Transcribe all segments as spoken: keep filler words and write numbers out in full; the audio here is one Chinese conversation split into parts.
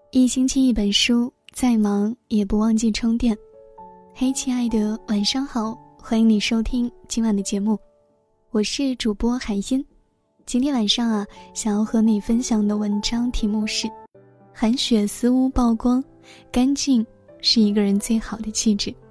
一星期一本书，再忙也不忘记充电。嘿，亲爱的，晚上好，欢迎你收听今晚的节目，我是主播海音。今天晚上啊，想要和你分享的文章题目是韩雪私屋曝光，干净是一个人最好的气质。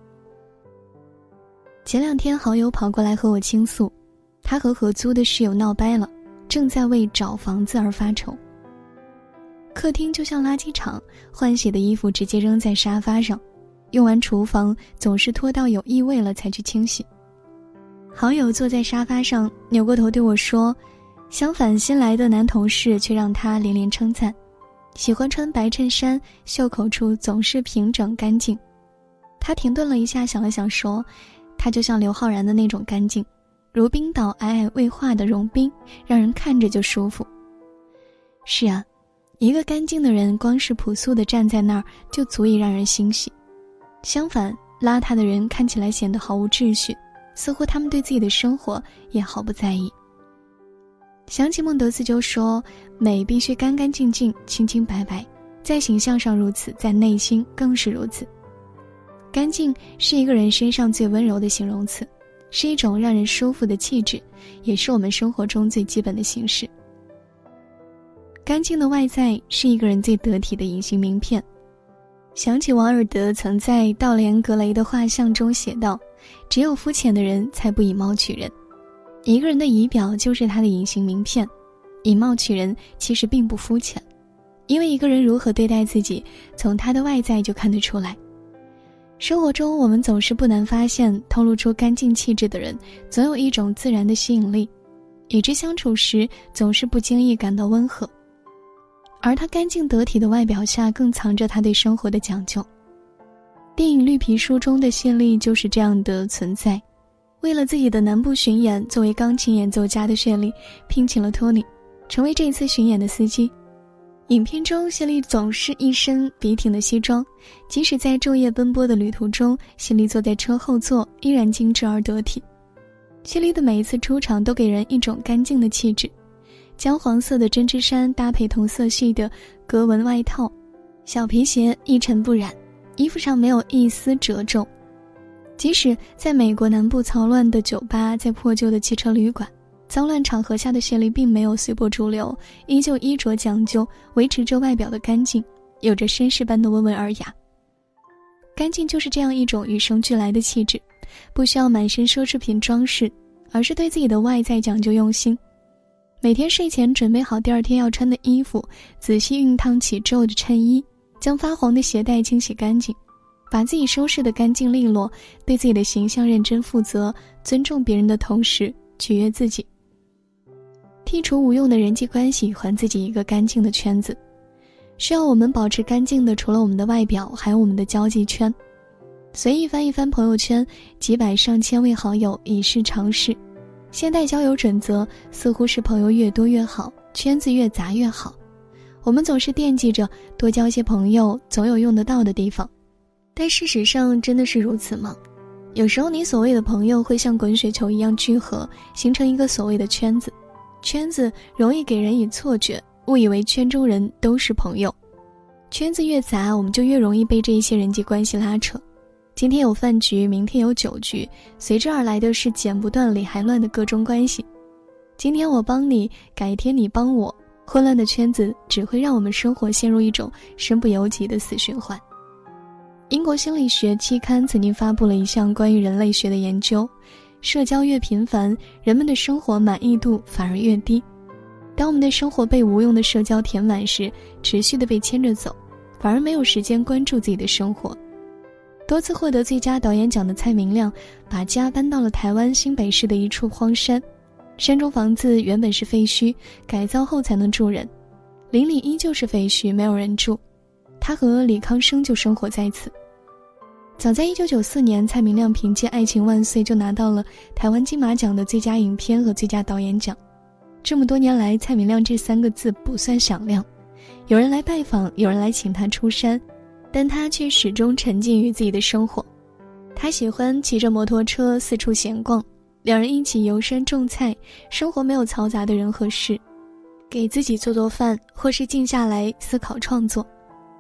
前两天好友跑过来和我倾诉，他和合租的室友闹掰了，正在为找房子而发愁。客厅就像垃圾场，换洗的衣服直接扔在沙发上，用完厨房总是拖到有异味了才去清洗。好友坐在沙发上，扭过头对我说，相反新来的男同事却让他连连称赞，喜欢穿白衬衫，袖口处总是平整干净。他停顿了一下，想了想说，他就像刘昊然的那种干净，如冰岛皑皑未化的融冰，让人看着就舒服。是啊，一个干净的人光是朴素地站在那儿就足以让人欣喜。相反，邋遢的人看起来显得毫无秩序，似乎他们对自己的生活也毫不在意。想起孟德斯鸠说，美必须干干净净，清清白白，在形象上如此，在内心更是如此。干净是一个人身上最温柔的形容词，是一种让人舒服的气质，也是我们生活中最基本的形式。干净的外在是一个人最得体的隐形名片。想起王尔德曾在道连格雷的画像中写道，只有肤浅的人才不以貌取人。一个人的仪表就是他的隐形名片，以貌取人其实并不肤浅，因为一个人如何对待自己，从他的外在就看得出来。生活中我们总是不难发现，透露出干净气质的人总有一种自然的吸引力，与之相处时总是不经意感到温和，而他干净得体的外表下更藏着他对生活的讲究。电影《绿皮书》中的谢丽就是这样的存在。为了自己的南部巡演，作为钢琴演奏家的谢丽聘请了托尼，成为这次巡演的司机。影片中谢丽总是一身笔挺的西装，即使在昼夜奔波的旅途中，谢丽坐在车后座依然精致而得体。谢丽的每一次出场都给人一种干净的气质，姜黄色的针织衫搭配同色系的格纹外套，小皮鞋一尘不染，衣服上没有一丝褶皱。即使在美国南部嘈乱的酒吧，在破旧的汽车旅馆，脏乱场合下的谢丽并没有随波逐流，依旧衣着讲究，维持着外表的干净，有着绅士般的温文尔雅。干净就是这样一种与生俱来的气质，不需要满身奢侈品装饰，而是对自己的外在讲究用心。每天睡前准备好第二天要穿的衣服，仔细熨烫起皱的衬衣，将发黄的鞋带清洗干净，把自己收拾得干净利落，对自己的形象认真负责，尊重别人的同时取悦自己。剔除无用的人际关系，还自己一个干净的圈子。需要我们保持干净的，除了我们的外表，还有我们的交际圈。随意翻一翻朋友圈，几百上千位好友已是常事。现代交友准则似乎是朋友越多越好，圈子越杂越好。我们总是惦记着多交些朋友，总有用得到的地方。但事实上真的是如此吗？有时候你所谓的朋友会像滚雪球一样聚合，形成一个所谓的圈子。圈子容易给人以错觉，误以为圈中人都是朋友。圈子越杂，我们就越容易被这一些人际关系拉扯。今天有饭局，明天有酒局，随之而来的是剪不断理还乱的各种关系。今天我帮你，改天你帮我，混乱的圈子只会让我们生活陷入一种身不由己的死循环。英国心理学期刊曾经发布了一项关于人类学的研究，社交越频繁，人们的生活满意度反而越低。当我们的生活被无用的社交填满时，持续地被牵着走，反而没有时间关注自己的生活。多次获得最佳导演奖的蔡明亮，把家搬到了台湾新北市的一处荒山，山中房子原本是废墟，改造后才能住人，邻里依旧是废墟，没有人住。他和李康生就生活在此。早在一九九四年，蔡明亮凭借《爱情万岁》就拿到了台湾金马奖的最佳影片和最佳导演奖。这么多年来，蔡明亮这三个字不算响亮，有人来拜访，有人来请他出山，但他却始终沉浸于自己的生活。他喜欢骑着摩托车四处闲逛，两人一起游山种菜，生活没有嘈杂的人和事，给自己做做饭，或是静下来思考创作。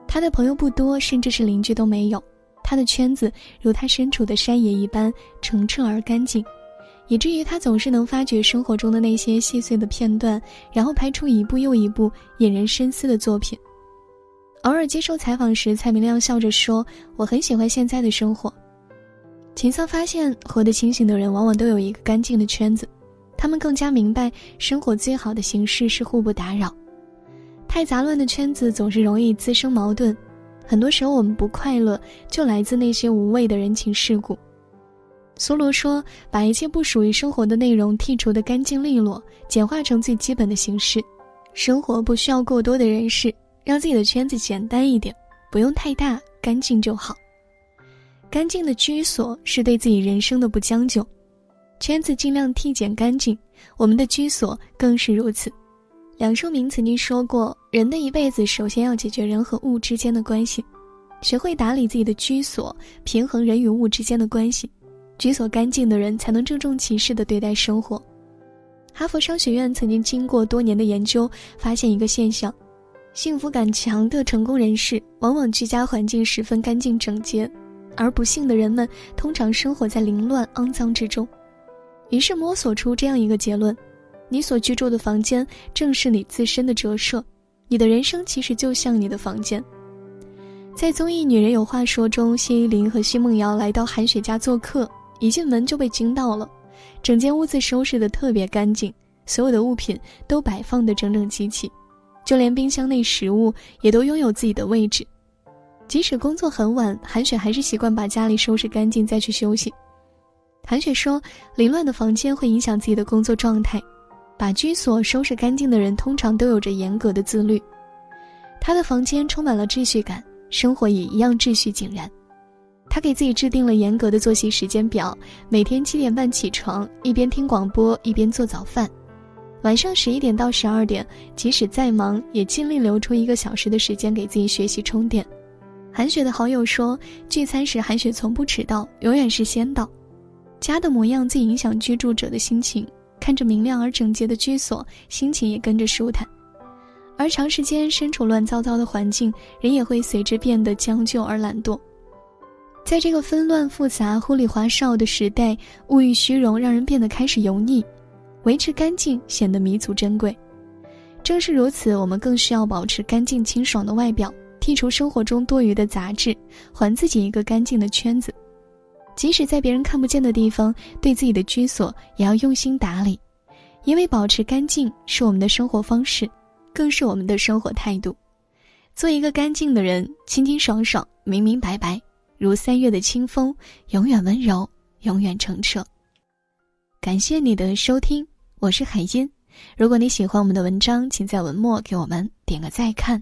他的朋友不多，甚至是邻居都没有。他的圈子如他身处的山野一般澄澈而干净，以至于他总是能发掘生活中的那些细碎的片段，然后拍出一部又一部引人深思的作品。偶尔接受采访时，蔡明亮笑着说，我很喜欢现在的生活。秦桑发现，活得清醒的人往往都有一个干净的圈子，他们更加明白生活最好的形式是互不打扰。太杂乱的圈子总是容易滋生矛盾，很多时候我们不快乐就来自那些无谓的人情世故。苏罗说，把一切不属于生活的内容剔除得干净利落，简化成最基本的形式。生活不需要过多的人事，让自己的圈子简单一点，不用太大，干净就好。干净的居所是对自己人生的不将就，圈子尽量剔减干净，我们的居所更是如此。梁漱溟曾经说过，人的一辈子首先要解决人和物之间的关系，学会打理自己的居所，平衡人与物之间的关系。居所干净的人才能郑重其事地对待生活。哈佛商学院曾经经过多年的研究，发现一个现象，幸福感强的成功人士往往居家环境十分干净整洁，而不幸的人们通常生活在凌乱肮脏之中。于是摸索出这样一个结论，你所居住的房间正是你自身的折射，你的人生其实就像你的房间。在综艺《女人有话说》中，谢依霖和奚梦瑶来到韩雪家做客，一进门就被惊到了，整间屋子收拾得特别干净，所有的物品都摆放得整整齐齐，就连冰箱内食物也都拥有自己的位置。即使工作很晚，韩雪还是习惯把家里收拾干净再去休息。韩雪说，凌乱的房间会影响自己的工作状态，把居所收拾干净的人通常都有着严格的自律。他的房间充满了秩序感，生活也一样秩序井然。他给自己制定了严格的作息时间表，每天七点半起床，一边听广播一边做早饭。晚上十一点到十二点，即使再忙也尽力留出一个小时的时间给自己学习充电。韩雪的好友说，聚餐时韩雪从不迟到，永远是先到。家的模样最影响居住者的心情，看着明亮而整洁的居所，心情也跟着舒坦。而长时间身处乱糟糟的环境，人也会随之变得将就而懒惰。在这个纷乱复杂、糊里花哨的时代，物欲虚荣让人变得开始油腻，维持干净显得弥足珍贵。正是如此，我们更需要保持干净清爽的外表，剔除生活中多余的杂质，还自己一个干净的圈子。即使在别人看不见的地方，对自己的居所也要用心打理，因为保持干净是我们的生活方式，更是我们的生活态度。做一个干净的人，清清爽爽，明明白白，如三月的清风，永远温柔，永远澄澈。感谢你的收听，我是海音。如果你喜欢我们的文章，请在文末给我们点个再看。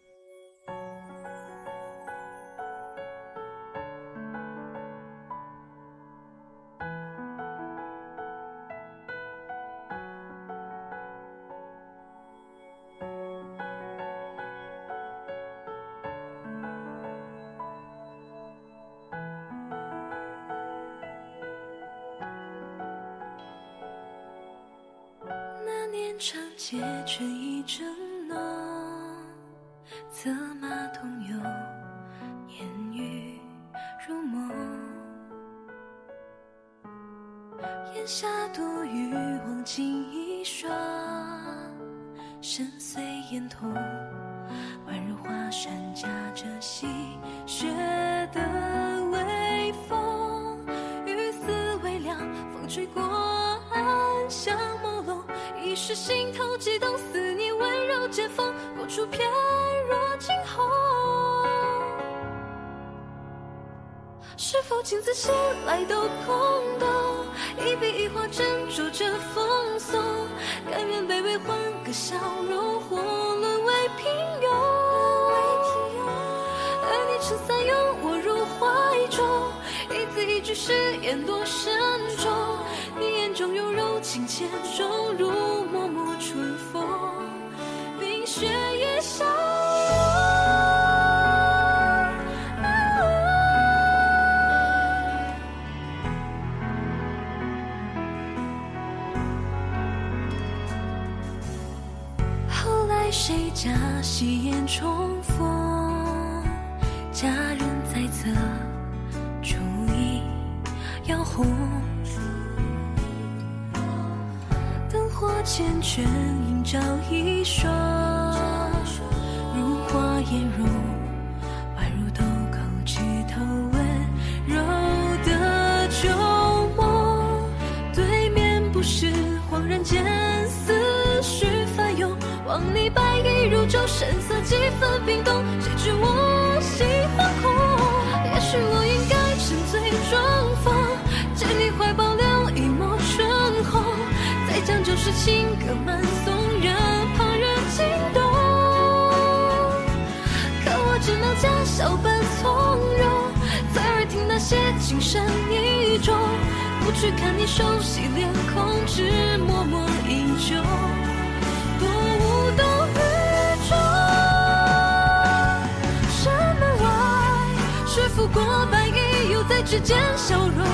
长街春意正浓，策马同游，烟雨如梦。檐下独语，望尽一双，深邃眼瞳，宛如华山夹着细雪的微风。雨丝微凉，风吹过暗香朦胧。一时心头悸动，思念温柔剑锋，勾出片若惊鸿。是否镜子醒来都空洞？一笔一画斟酌着风骚，甘愿卑微换个笑容，或沦为平庸。而你撑伞拥我入怀中，一字一句誓言多慎重。你眼中有柔情千种，如脉脉春风，冰雪也消融。后来谁家夕颜重逢？ 家人在侧，注意要红。灯火缱绻，映照一双如花颜容，宛如豆蔻枝头温柔的旧梦。对面不是恍然间思绪翻涌，望你白衣如昼，神色几分冰冻，谁知我心惶恐。也许我应该沉醉装疯，借你怀抱留一抹春红，再将旧时情歌慢诵，让旁人惊动。可我只能假笑般从容，在耳听那些情深意重，不去看你熟悉脸孔，只默默饮酒，多无动于衷。山门外，雪拂过白衣，又在指尖消融。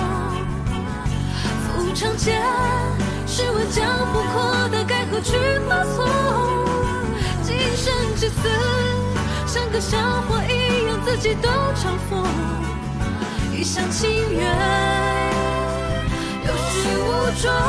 腹肠间，试问将不扩的该何去何从？今生至此，像个笑话一样，自己都嘲讽。一厢情愿，有始无终。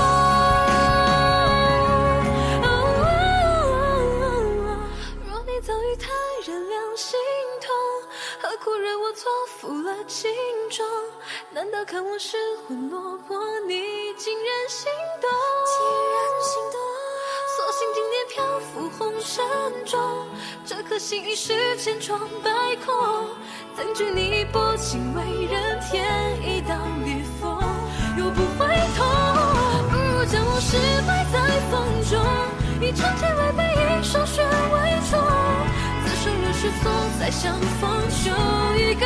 若你早与他人两心同，何苦惹我错付了情衷？难道看我失魂落魄，你竟然心动？竟然心动，索性今年漂浮红尘中，这颗心已是千疮百孔。怎惧你薄情为人添一道裂缝，又不回头，不如将我失败在风中，以长剑为背，以霜雪为重，自受热是错，再相逢，就一